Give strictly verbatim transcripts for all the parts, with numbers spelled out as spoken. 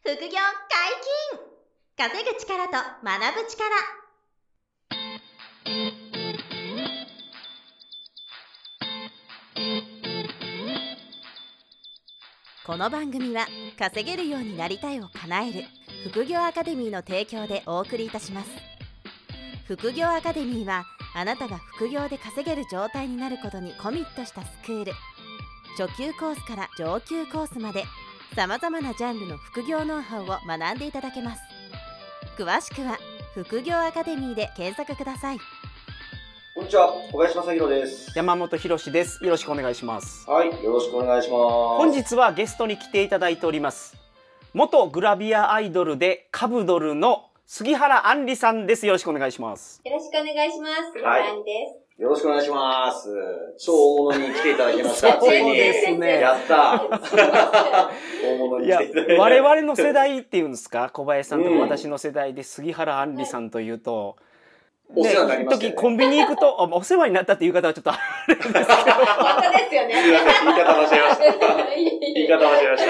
副業解禁、稼ぐ力と学ぶ力。この番組は稼げるようになりたいを叶える副業アカデミーの提供でお送りいたします。副業アカデミーはあなたが副業で稼げる状態になることにコミットしたスクール。初級コースから上級コースまでさまざまなジャンルの副業ノウハウを学んでいただけます。詳しくは副業アカデミーで検索ください。 こんにちは、小林正弘です。 山本博です。よろしくお願いします。 はい、よろしくお願いします。 本日はゲストに来ていただいております。元グラビアアイドルでカブドルの杉原杏里さんです。よろしくお願いします。 よろしくお願いします。杉原杏里です。 よろしくお願いします。超大物に来ていただきました。 そうですね。 やった大物に来ていただいて。 我々の世代っていうんですか、小林さんと私の世代で杉原杏里さんというと、 うん、ね、お世話になりましたね。 時コンビニ行くと、お世話になったっていう方はちょっとあれですけど。 本当ですよね。 言い方間違えました。言い方間違えました。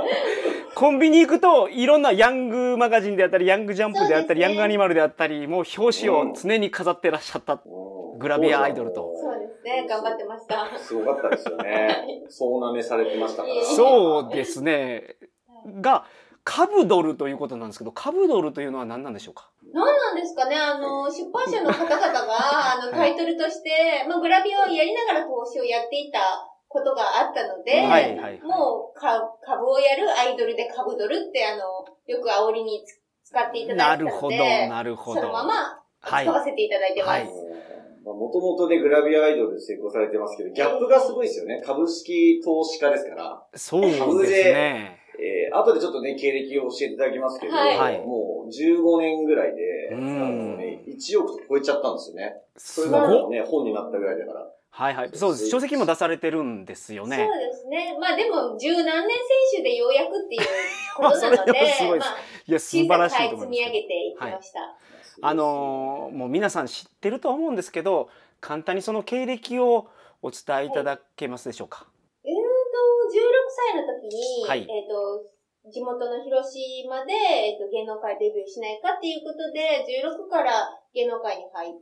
コンビニ行くといろんなヤングマガジンであったり、ヤングジャンプであったり、ね、ヤングアニマルであったり、もう表紙を常に飾ってらっしゃった。うんグラビアアイドルと。 そうですね。頑張ってました。 すごかったですよね。総なめされてましたから。 そうですね。が、カブドルということなんですけど、カブドルというのは何なんでしょうか？ 何なんですかね。あの、出版社の方々が、あの、タイトルとして、まあ、グラビアをやりながら投資をやっていたことがあったので、はいはいはい、もう、か、株をやるアイドルでカブドルって、あの、よく煽りに使っていただいてたので、 なるほど、なるほど。 そのまま使わせていただいてます。はいはいもともとでグラビアアイドルで成功されてますけど、ギャップがすごいですよね。株式投資家ですから。 そうですね。 株で、えー、後でちょっとね、経歴を教えていただきますけど、はい、もうじゅうごねんぐらいで、うん、ね、いちおくと超えちゃったんですよね。それがね、本になったぐらいだから。 はいはい。そうです。書籍も出されてるんですよね。 そうですね。まあでも、十何年選手でようやくっていうことなので、 すごいです。まあ、いや、素晴らしいと思います。 積み上げていきました。はい、 あのー、もう皆さん知ってるとは思うんですけど、簡単にその経歴をお伝えいただけますでしょうか？はい、えーと、じゅうろくさいの時に、はい、えーと、地元の広島で、えーと、芸能界デビューしないかっていうことで、じゅうろくから芸能界に入って、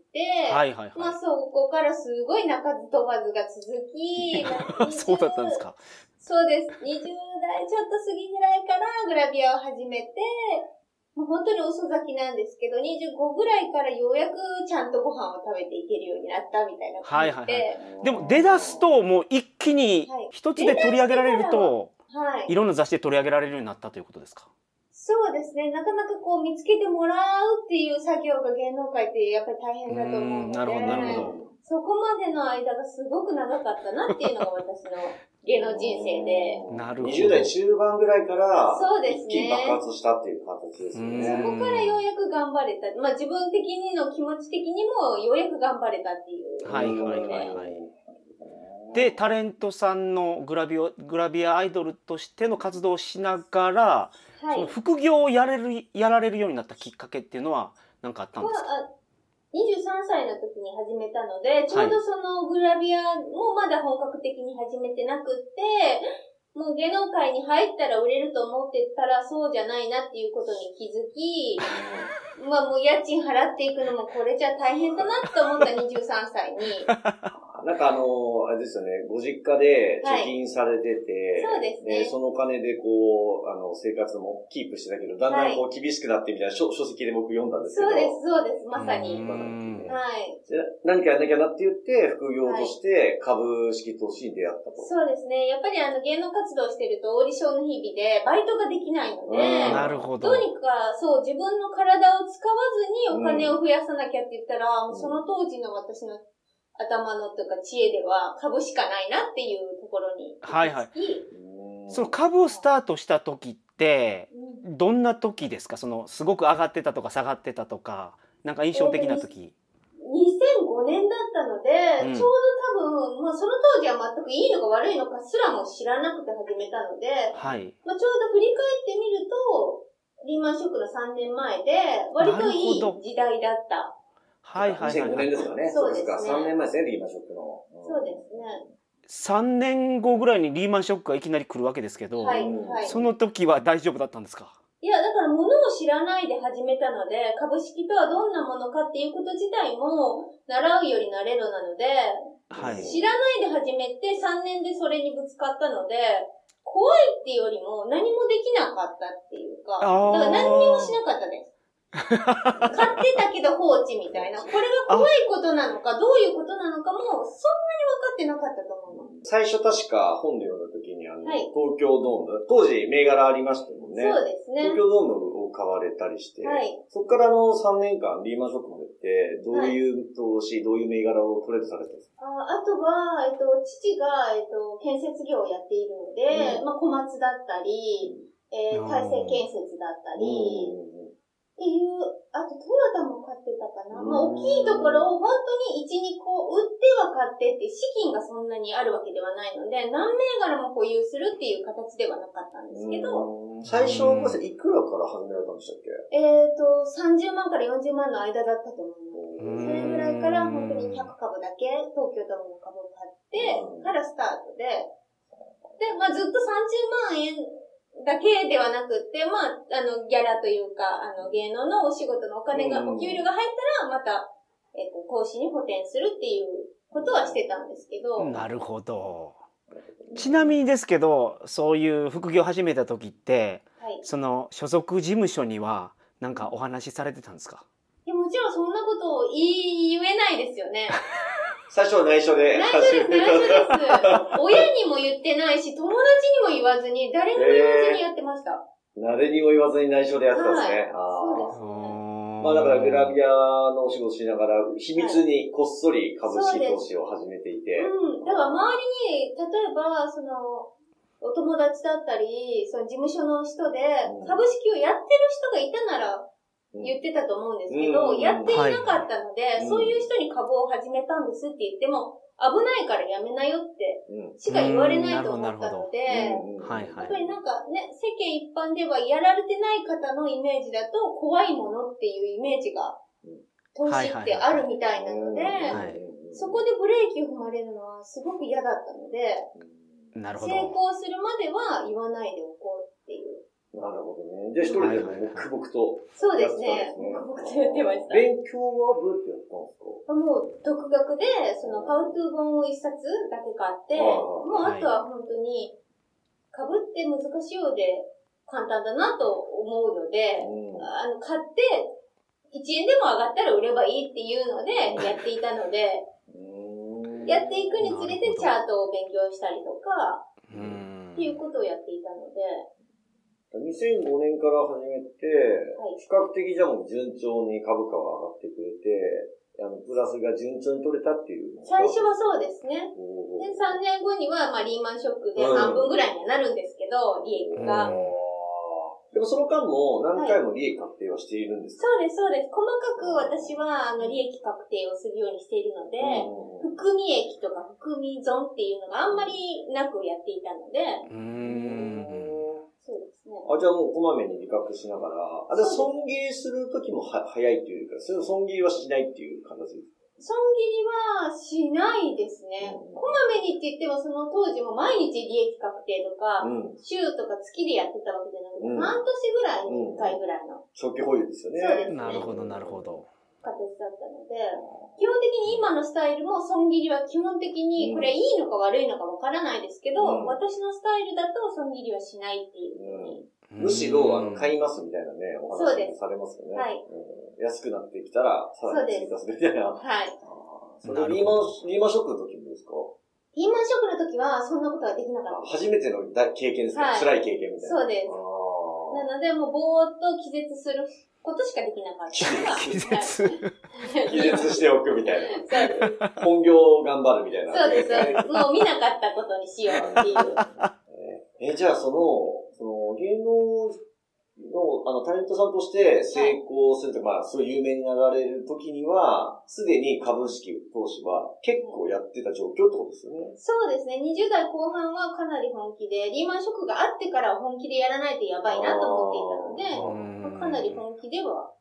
はいはいはい、まあそこからすごい鳴かず飛ばずが続き、 そうだったんですか？ そうです。にじゅう代ちょっと過ぎぐらいからグラビアを始めて、もう本当に遅咲きなんですけど、にじゅうごぐらいからようやくちゃんとご飯を食べていけるようになったみたいな感じで。はいはいはい、 でも出だすともう一気に一つで取り上げられると、はい、いろんな雑誌で取り上げられるようになったということですか？ そうですね。なかなかこう見つけてもらうっていう作業が芸能界ってやっぱり大変だと思うので。 なるほど、なるほど。 そこまでの間がすごく長かったなっていうのが私の芸能人生で。 なるほど。 にじゅう代中盤ぐらいから、 そうですね。 一気に爆発したっていう形ですよね。 そこからようやく頑張れた。まあ自分的にの気持ち的にもようやく頑張れたっていう。 はいはいはいはい。で、タレントさんのグラビア、グラビアアイドルとしての活動をしながら、はい、その副業をやれる、やられるようになったきっかけっていうのは何かあったんですか？ にじゅうさんさいの時に始めたので、ちょうどそのグラビアもまだ本格的に始めてなくって、もう芸能界に入ったら売れると思ってたらそうじゃないなっていうことに気づき、まあもう家賃払っていくのもこれじゃ大変だなと思ったにじゅうさんさいに。 なんかあの、あれですよね、ご実家で貯金されてて、 はい、そうですね。 そのお金でこう、あの、生活もキープしてたけど、だんだんこう厳しくなってみたいな書、書籍で僕読んだんですけど。 そうです、そうです、まさに。はい。 何かやんなきゃなって言って、副業として株式投資に出会ったと。 そうですね。やっぱりあの、芸能活動してるとオーディションの日々でバイトができないので、 なるほど。 どうにか、そう、自分の体を使わずにお金を増やさなきゃって言ったら、うん、もうその当時の私の頭のとか知恵では株しかないなっていうところに。 はいはい。その株をスタートした時って、どんな時ですか？その、すごく上がってたとか下がってたとか、なんか印象的な時。 にせんごねんだったので、うん、ちょうど多分、まあその当時は全くいいのか悪いのかすらも知らなくて始めたので、はい。まあちょうど振り返ってみると、リーマンショックのさんねんまえで、割といい時代だった。 はいはいはい。 にせんごねんですかね。そうですか。さんねんまえですね、リーマンショックの。 そうですね。 さんねんごぐらいにリーマンショックがいきなり来るわけですけど、 はいはい、 その時は大丈夫だったんですか？ いや、だから物を知らないで始めたので、株式とはどんなものかっていうこと自体も習うより慣れろなので、はい、知らないで始めてさんねんでそれにぶつかったので、怖いっていうよりも何もできなかったっていうか、だから何にもしなかったです。買ってたけど放置みたいな。これが怖いことなのか、どういうことなのかも、そんなに分かってなかったと思います。 最初確か本で読んだ時に、あの、はい、東京ドーム、当時銘柄ありましたもんね。 そうですね。 東京ドームを買われたりして、はい、そこからのさんねんかんリーマンショックまでって、どういう投資、はい、どういう銘柄をトレードされたんですか？ あ, あとは、えっと、父が、えっと、建設業をやっているので、うん、まあ、小松だったり、えー、大成建設だったり、うんっていう、あとトヨタも買ってたかな。まあ、大きいところを本当にいち、にこ売っては買ってって資金がそんなにあるわけではないので、何銘柄も保有するっていう形ではなかったんですけど。 最初はいくらから始められたんでしたっけ？ えっと、さんじゅうまんからよんじゅうまんの間だったと思います。それぐらいから本当にひゃくかぶだけ東京ドームの株を買ってからスタートで、で、まあずっとさんじゅうまんえんだけではなくって、まあ、あの、ギャラというか、あの、芸能のお仕事のお金が、お給料が入ったら、また、えっと、講師に補填するっていうことはしてたんですけど。 なるほど。ちなみにですけど、そういう副業を始めた時って、はい、その、所属事務所には、なんかお話しされてたんですか？ いや、もちろんそんなことを言い、言えないですよね。 最初は内緒で。 内緒です、内緒です。親にも言ってないし、友達にも言わずに、誰にも言わずにやってました。 えー、誰にも言わずに内緒でやってたんですね。はい、あそうですね。 まあだからグラビアのお仕事しながら、秘密にこっそり株式投資を始めていて。 はい、うん。だから周りに、例えば、その、お友達だったり、その事務所の人で、株式をやってる人がいたなら、言ってたと思うんですけど、うん、やっていなかったので、はい、そういう人に株を始めたんですって言っても、危ないからやめなよってしか言われないと思ったので、やっぱりなんかね、世間一般ではやられてない方のイメージだと怖いものっていうイメージが投資ってあるみたいなので、そこでブレーキを踏まれるのはすごく嫌だったので、 なるほど、 成功するまでは言わないでおこうっていう。 なるほどね。じゃあ一人でも黙々と、 ね。そうですね。黙々とやってました。 勉強はどうやってやったんですか？ もう独学で、そのハウトゥー本を一冊だけ買って、もうあとは本当に、株って難しいようで簡単だなと思うので、うん、あの、買って、いちえんでも上がったら売ればいいっていうのでやっていたので、やっていくにつれてチャートを勉強したりとか、っていうことをやっていたので、 にせんごねんから始めて、はい、比較的じゃもう順調に株価は上がってくれて、あの、プラスが順調に取れたっていう。 最初はそうですね。で、さんねんごには、まあ、リーマンショックで半分ぐらいにはなるんですけど、うん、利益が。 でもその間も何回も利益確定はしているんですか？ はい、そうです、そうです。細かく私は、あの、利益確定をするようにしているので、うん、含み益とか含み損っていうのがあんまりなくやっていたので、うんそうですね。 あ、じゃあもうこまめに理覚しながら、あ、じゃあ損切りするときもは早いっていうか、それ損切りはしないっていう形ですか？ 損切りはしないですね。うん、こまめにって言っても、その当時も毎日利益確定とか、うん、週とか月でやってたわけじゃなくて、うん、半年ぐらいにいっかいぐらいの。 長期保有ですよね。 そうですね。 なるほど、なるほど。 形だったので、基本的に今のスタイルも損切りは基本的に、これいいのか悪いのかわからないですけど、うん、私のスタイルだと損切りはしないっていうふうに。 むしろ、あの、買いますみたいなね、お話もされますよね。はい、うん。安くなってきたら、さらに追加するみたいな。はい。それリーマン、リーマンショックの時もですか？ リーマンショックの時は、そんなことはできなかった。 初めての経験ですか？はい、辛い経験みたいな。 そうです。なので、もう、ぼーっと気絶することしかできなかった。 気絶気絶しておくみたいな。そうです。本業を頑張るみたいな。 そうです、そうです。もう見なかったことにしようっていう。 え、じゃあその、その、芸能の、あの、タレントさんとして成功すると、はい、まあ、すごい有名になられる時には、すでに株式投資は結構やってた状況ってことですよね。 そうですね。にじゅう代後半はかなり本気で、リーマンショックがあってから本気でやらないとやばいなと思っていたので、かなり本気では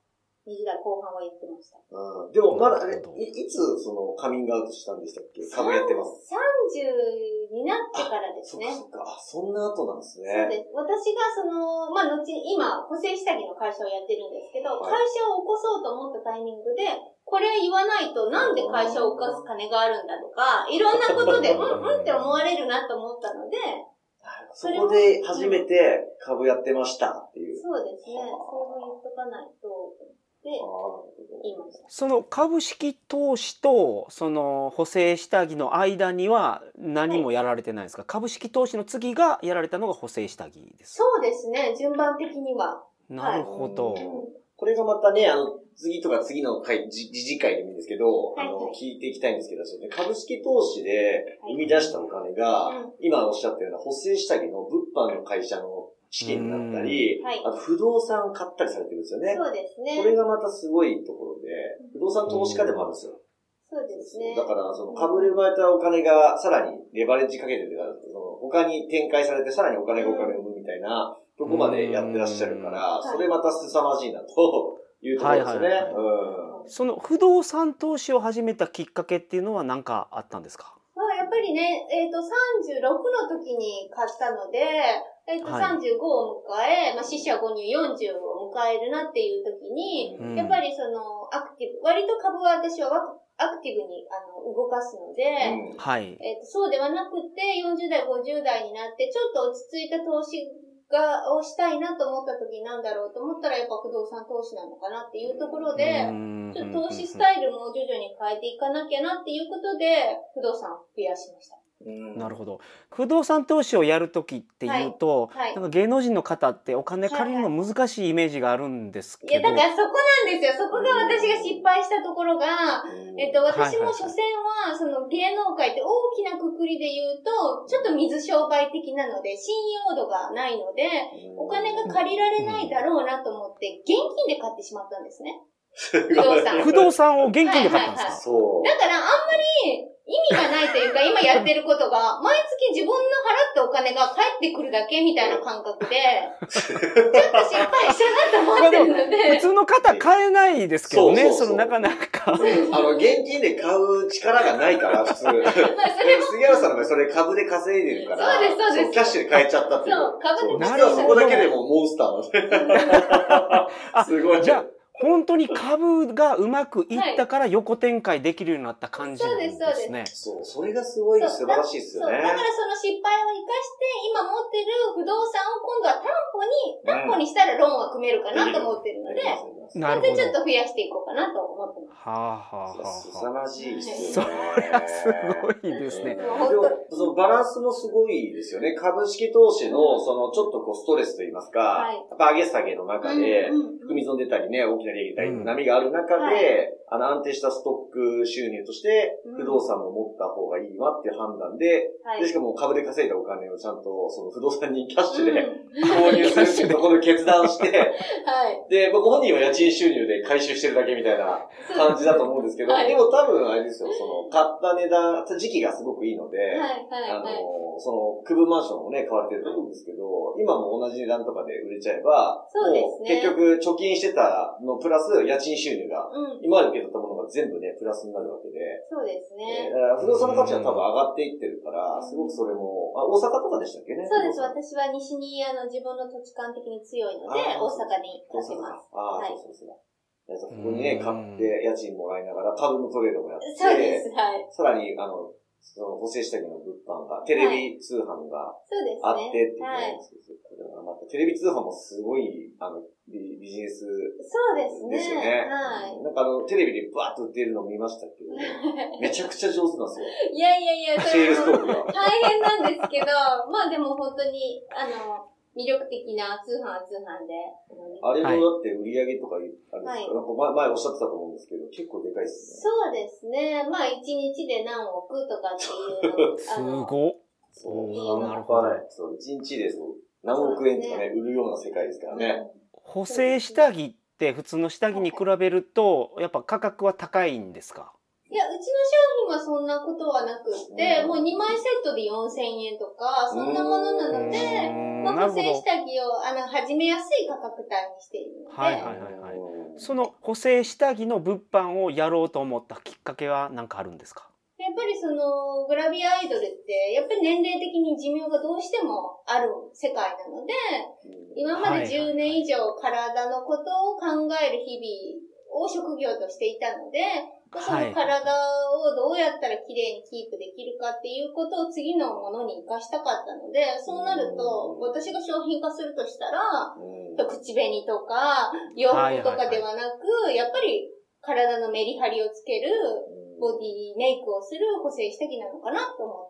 にじゅう代後半は言ってました。 うん、でもまだ、ね、い, いつそのカミングアウトしたんでしたっけ？株やってます。 さんじゅうになってからですね。 そっかそっか。そんな後なんですね。 そうです。私がその、まあ後に今、補正下着の会社をやってるんですけど、はい、会社を起こそうと思ったタイミングで、これ言わないとなんで会社を起こす金があるんだとか、いろんなことで、うんうんって思われるなと思ったので、 そこで初めて株やってましたっていう。 そうですね。それも言っとかないと。で言いました。 その株式投資とその補正下着の間には何もやられてないですか？はい、株式投資の次がやられたのが補正下着です。 そうですね。順番的には。 なるほど。 はい、これがまたね、あの次とか次の回、次次回でもいいんですけど、はいはい、あの聞いていきたいんですけど、株式投資で生み出したお金が、はい、今おっしゃったような補正下着の物販の会社の資金になったり、はい、あと不動産買ったりされてるんですよね。 そうですね。 これがまたすごいところで、不動産投資家でもあるんですよ。 そうですね。 だから、その株で生まれたお金がさらにレバレッジかけてるから、その他に展開されてさらにお金がお金を生むみたいなとこまでやってらっしゃるから、それまた凄まじいなというところですよね。 その不動産投資を始めたきっかけっていうのは何かあったんですか？ まあ、やっぱりね、えっと、さんじゅうろくの時に買ったので、えっと、さんじゅうごを迎え、まあ、四捨五入よんじゅうを迎えるなっていう時に、うん、やっぱりその、アクティブ、割と株は私はアクティブにあの動かすので、 うん、はい。 えっと、そうではなくて、よんじゅう代、ごじゅう代になって、ちょっと落ち着いた投資が、をしたいなと思った時なんだろうと思ったら、やっぱ不動産投資なのかなっていうところで、ちょっと投資スタイルも徐々に変えていかなきゃなっていうことで、不動産を増やしました。 なるほど。不動産投資をやるときっていうと、はいはい、なんか芸能人の方ってお金借りるの難しいイメージがあるんですけど。 いや、だからそこなんですよ。そこが私が失敗したところが、えっと、私も所詮は、その芸能界って大きなくくりで言うと、ちょっと水商売的なので、信用度がないので、お金が借りられないだろうなと思って、現金で買ってしまったんですね。不動産。 不動産を現金で買ったんですか？ そう。 だからあんまり意味がないというか、今やってることが、毎月自分の払ったお金が返ってくるだけみたいな感覚で、ちょっと失敗したなと思ってるので。 普通の方買えないですけどね、そうそうそう、そのなかなか。 あの、現金で買う力がないから、普通。まあ、杉原さんの場合、それ株で稼いでるから、 そうです、そうです。 キャッシュで買えちゃったっていう。 そう、株で稼いでる。実はそこだけでもモンスターなんで。すごい。 じゃあ本当に株がうまくいったから横展開できるようになった感じなんですね。 そうです、そうです。 そう、それがすごい素晴らしいですよね。 だからその失敗を生かして、今持ってる不動産を今度は担保に、担保にしたらローンが組めるかなと思ってるので、なのでちょっと増やしていこうかなと思ってます。 はぁはぁはぁ。 凄まじいですよね。それはすごいですね。 でも、そのバランスもすごいですよね。株式投資の、その、ちょっとこう、ストレスといいますか、はい、やっぱ上げ下げの中で、含み損出たりね、大きな利益出たり、波がある中で、うん、はい、あの、安定したストック収入として、不動産も持った方がいいわっていう判断で、はい、で、しかも株で稼いだお金をちゃんと、その不動産にキャッシュで購入するっていうところで決断して、はい、で、僕本人は家賃収入で回収してるだけみたいな感じだと思うんですけど、はい、でも多分あれですよ、その、買った値段、時期がすごくいいので、はいはいはい、あの、その、区分マンションもね、買われてると思うんですけど、今も同じ値段とかで売れちゃえば、 そうですね、 もう結局貯金してたのプラス家賃収入が、うん、今まで受け取ったものが全部ね、プラスになるわけで。 そうですね。 えー、不動産の価値は多分上がっていってるから、すごくそれも、あ、大阪とかでしたっけね？ そうです。私は西に、あの、自分の土地感的に強いので、大阪に買ってます。 ああ、はい、そうそうそう。ここにね、買って家賃もらいながら株のトレードもやって、 そうです、はい。 さらに、あの、その補正下着の物販が、テレビ通販があってっていうね。またテレビ通販もすごい、あの、ビ, ビジネスそうですね。 ですよね。はい。なんかあの、テレビでバーッと売ってるのを見ましたけど、めちゃくちゃ上手なんですよ。 いやいやいや、 シェールストークが。 大変なんですけど、まあでも本当に、あの、魅力的な通販は通販で。 あれもだって売り上げとか、あれですか、はい、なんか前おっしゃってたと思うんですけど、結構でかいですね。 そうですね。まあ一日で何億とかっていうの。 すごっ。 そう、なるほど。そう、一日でそう何億円とかね、売るような世界ですからね。 補正下着って普通の下着に比べると、やっぱ価格は高いんですか？ いや、うちの商品はそんなことはなくって、うん、もうにまいセットでよんせんえんとか、そんなものなので、 まあ、補正下着をあの始めやすい価格帯にしているので、 はいはいはいはい。その補正下着の物販をやろうと思ったきっかけは何かあるんですか？ やっぱりそのグラビアアイドルってやっぱり年齢的に寿命がどうしてもある世界なので、今までじゅうねん以上体のことを考える日々を職業としていたので、その体をどうやったら綺麗にキープできるかっていうことを次のものに活かしたかったので、そうなると私が商品化するとしたら、口紅とか洋服とかではなく、やっぱり体のメリハリをつけるボディメイクをする補正下着なのかなと思って。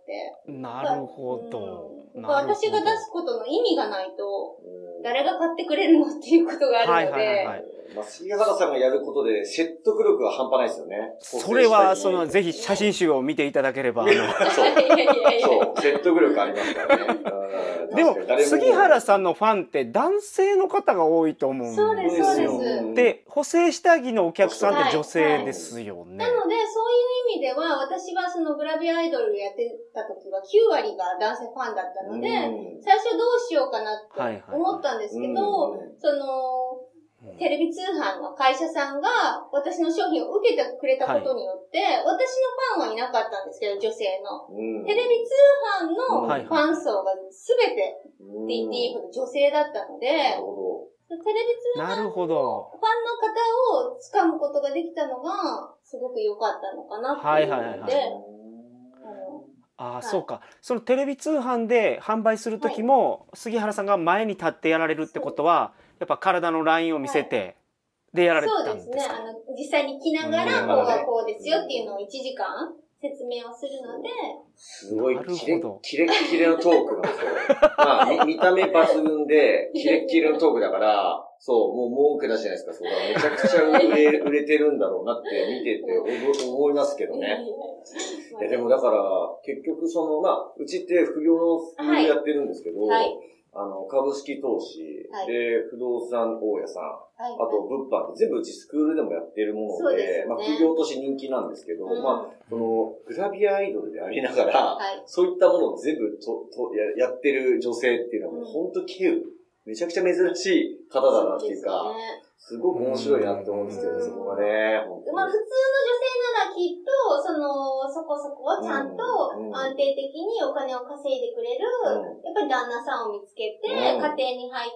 なるほど。 うん、私が出すことの意味がないと、誰が買ってくれるのっていうことがあるので。はいはいはいはい。 まあ、杉原さんがやることで説得力が半端ないですよね。 それは、その、ぜひ写真集を見ていただければ。あのそう。そう。説得力ありますからね。 でも、杉原さんのファンって男性の方が多いと思うんですよ。 そうです、そうです。 で、補正下着のお客さんって女性ですよね。 はいはい、なので、そういう意味では、私はそのグラビアアイドルをやってた時はきゅうわりが男性ファンだったので、最初どうしようかなって思ったんですけど、はいはいはい、その、テレビ通販の会社さんが私の商品を受けてくれたことによって、はい、私のファンはいなかったんですけど、女性の。うん、テレビ通販のファン層が全てって言っていいほど女性だったので、テレビ通販のファンの方を掴むことができたのが、すごく良かったのかなっていうので、はいはいはいはい、 ああ、はい、そうか。そのテレビ通販で販売するときも、はい、杉原さんが前に立ってやられるってことは、やっぱ体のラインを見せて、でやられてたんですか？そうですね。あの、 実際に着ながら、こうがこうですよっていうのをいちじかん説明をするので。 すごいキレキレッキレのトークなんですよ。まあ、見た目抜群で、キレッキレのトークだから、そう、もう文句なしじゃないですか。そうめちゃくちゃ売れ、売れてるんだろうなって見てて思いますけどね。いやでもだから、結局その、まあ、うちって副業の副業やってるんですけど、はいはい、あの、株式投資、はい、で、不動産大家さん、はい、あと物販って全部うちスクールでもやってるもの で, で、ね、まあ副業として人気なんですけど、うん、まあ、その、グラビアアイドルでありながら、はい、そういったものを全部とと や, やってる女性っていうのはもう本当稀有、めちゃくちゃ珍しい方だなっていうか、すごく面白いなって思うんですけど、そこがね。 まあ普通の女性ならきっと、その、そこそこちゃんと安定的にお金を稼いでくれる、うん、やっぱり旦那さんを見つけて、うん、家庭に入って、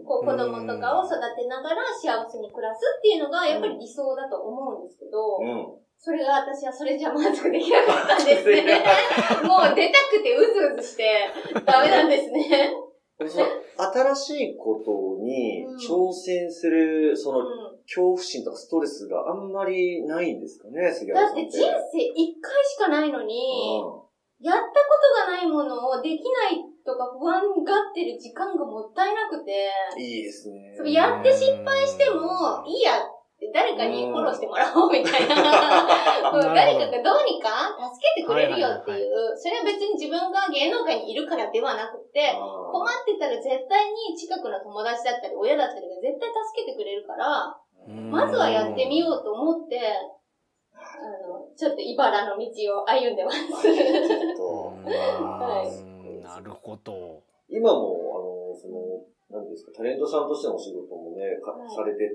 こう子供とかを育てながら幸せに暮らすっていうのがやっぱり理想だと思うんですけど、うん、それが私はそれじゃ満足できなかったんですね。もう出たくてうずうずしてダメなんですね。 新しいことに挑戦する、その、恐怖心とかストレスがあんまりないんですかね、杉原さんって。 だって人生一回しかないのに、うん、やったことがないものをできないとか不安がってる時間がもったいなくて。 いいですね。 それやって失敗しても、いいやって誰かにフォローしてもらおうみたいな。誰かがどうにか助けてくれるよっていう、それは別に自分が芸能界にいるからではなくて、困ってたら絶対に近くの友達だったり親だったりが絶対助けてくれるから、まずはやってみようと思って、あの、ちょっと茨の道を歩んでます。 はい、なるほど。 今も、あの、その、何ですか、タレントさんとしてのお仕事もね、はい、されてって、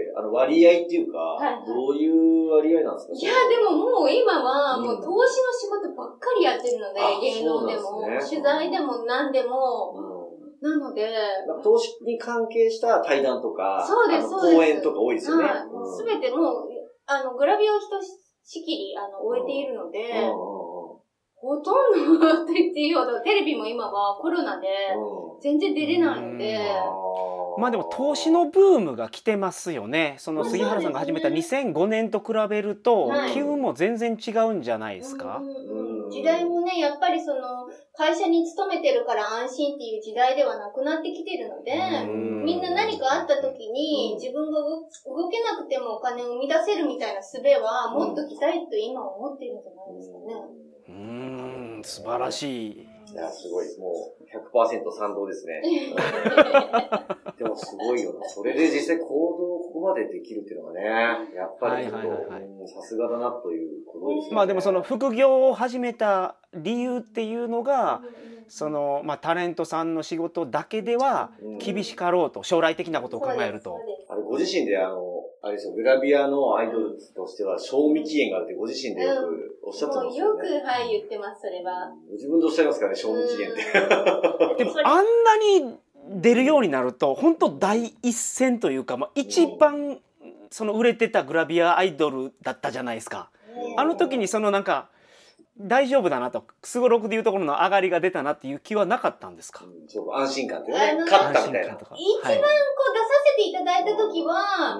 あの、割合っていうか、はいはい、どういう割合なんですか？ いや、でももう今は、もう投資の仕事ばっかりやってるので、うん、芸能でも、ね、取材でも何でも、うん、なので、 投資に関係した対談とか、 そうです、そうです。 講演とか多いですよね。 すべ、はい、うん、てもう、あの、グラビアをひとしきり、あの、終えているので、うんうん、ほとんどって言っていいほど、テレビも今はコロナで全然出れないので。 まあでも投資のブームが来てますよね。その杉原さんが始めたにせんごねんと比べると、機運も全然違うんじゃないですか？ うんうん、時代もね、やっぱりその、会社に勤めてるから安心っていう時代ではなくなってきてるので、みんな何かあった時に自分が動けなくてもお金を生み出せるみたいな術はもっと来たいと今思ってるんじゃないですかね。 うーん、素晴らしい。 いや、すごい。もう、ひゃくパーセント 賛同ですね。でもすごいよな。それで実際行動をここまでできるっていうのがね、やっぱりちょっと、さすがだなということですね。 まあでもその副業を始めた理由っていうのが、 その、まあ、タレントさんの仕事だけでは厳しかろうと、将来的なことを考えると。 あれご自身であの、あれですよ、グラビアのアイドルとしては賞味期限があるってご自身でよくおっしゃってますよね。 もうよく、はい、言ってます、それは。 自分でおっしゃいますからね、賞味期限って。 でも、あんなに出るようになると、本当第一線というか、まあ、一番、その売れてたグラビアアイドルだったじゃないですか。あの時にそのなんか、大丈夫だなと、すごろくでいうところの上がりが出たなっていう気はなかったんですか？ うん、そう安心感っていうね、勝ったみたいな。一番こう出させていただいた時は、 はい、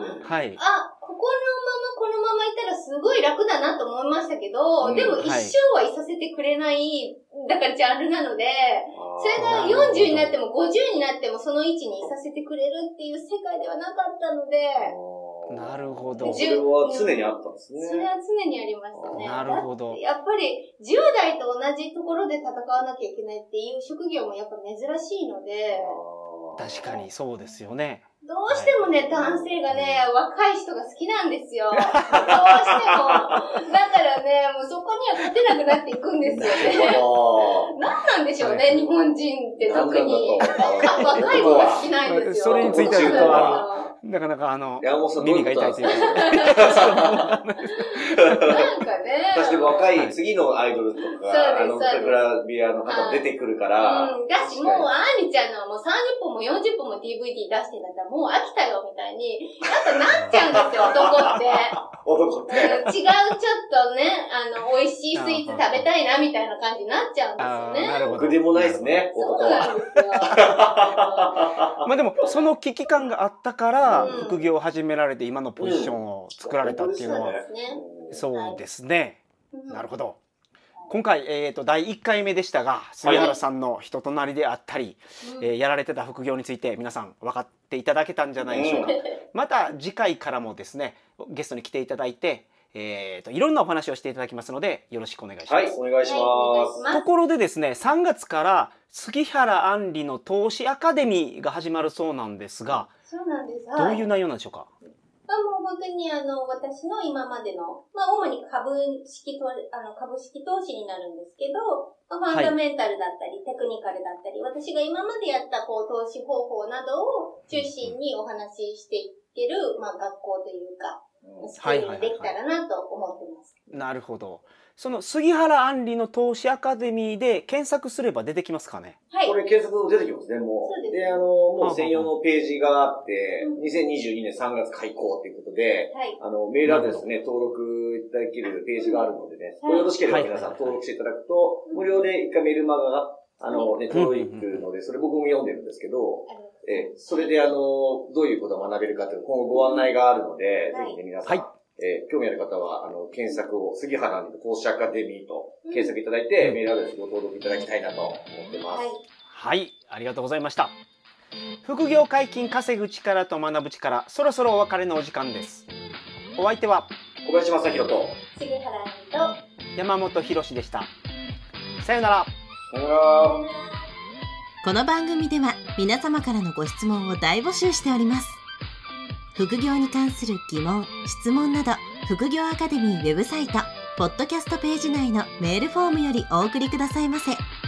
あ、ここのままこのままいたらすごい楽だなと思いましたけど、うん、でも一生はいさせてくれない、だからジャンルなので、それがよんじゅうになってもごじゅうになってもその位置にいさせてくれるっていう世界ではなかったので、 なるほど。 それは常にあったんですね。 それは常にありましたね。 なるほど。 やっぱりじゅう代と同じところで戦わなきゃいけないっていう職業もやっぱ珍しいので。 確かにそうですよね。 どうしてもね、男性がね、若い人が好きなんですよ。どうしても。だからね、もうそこには勝てなくなっていくんですよね。何なんでしょうね、日本人って特に。若い子が好きなんですよ。 それについては言うと、あの、なかなかあの、耳が痛いというか。 なんかね。 確かに若い次のアイドルとか、あの、グラビアの方出てくるから。 うん。だし、もう、アーミちゃんのもうさんじゅっぽんもよんじゅっぽんも ディーブイディー 出してんだったら、もう飽きたよ、みたいに、やっぱなっちゃうんですよ、男って。 男って。 うん、違う、ちょっとね、あの、美味しいスイーツ食べたいな、みたいな感じになっちゃうんですよね。 なるほど。 僕でもないですね、男は。 そうなんですよ。 まあでも、その危機感があったから、副業を始められて、今のポジションを作られたっていうのは、そうですね。なるほど。今回、えーと、だいいっかいめでしたが、杉原さんの人となりであったり、はい、えー、やられてた副業について皆さん分かっていただけたんじゃないでしょうか。うん、また次回からもですね、ゲストに来ていただいて、えーと、いろんなお話をしていただきますので、よろしくお願いします。 はい、お願いします。 ところでですね、さんがつから杉原杏里の投資アカデミーが始まるそうなんですが、 そうなんです。 どういう内容なんでしょうか。 まあ、もう本当にあの、私の今までの、まあ、主に株式と、あの、株式投資になるんですけど、まあ、ファンダメンタルだったり、はい、テクニカルだったり、私が今までやったこう、投資方法などを中心にお話ししていける、まあ、学校というか、スクールにできたらなと思ってます。 なるほど。その杉原杏里の投資アカデミーで検索すれば出てきますかね。 はい。 これ検索出てきますね、もう。そうです。で、あの、もう専用のページがあって、うん、にせんにじゅうにねんさんがつ開講ということで、はい、あの、メールアドレスね、登録いただけるページがあるのでね、うん、これよろしければ皆さん登録していただくと、無料で一回メールマガが、あの、ね、届いてくるので、それ僕も読んでるんですけど、え、それであの、どういうことを学べるかという今後ご案内があるので、ぜひね、皆さん、はい、えー、興味ある方は、あの、検索を、杉原杏里投資アカデミーと検索いただいて、うん、メールアドレスご登録いただきたいなと思ってます。はい、 はい、ありがとうございました。副業解禁稼ぐ力と学ぶ力、そろそろお別れのお時間です。お相手は、 小林正弘と、 杉原杏里と、 山本博でした。さよなら。 さよなら。 この番組では、皆様からのご質問を大募集しております。副業に関する疑問・質問など、副業アカデミーウェブサイト、ポッドキャストページ内のメールフォームよりお送りくださいませ。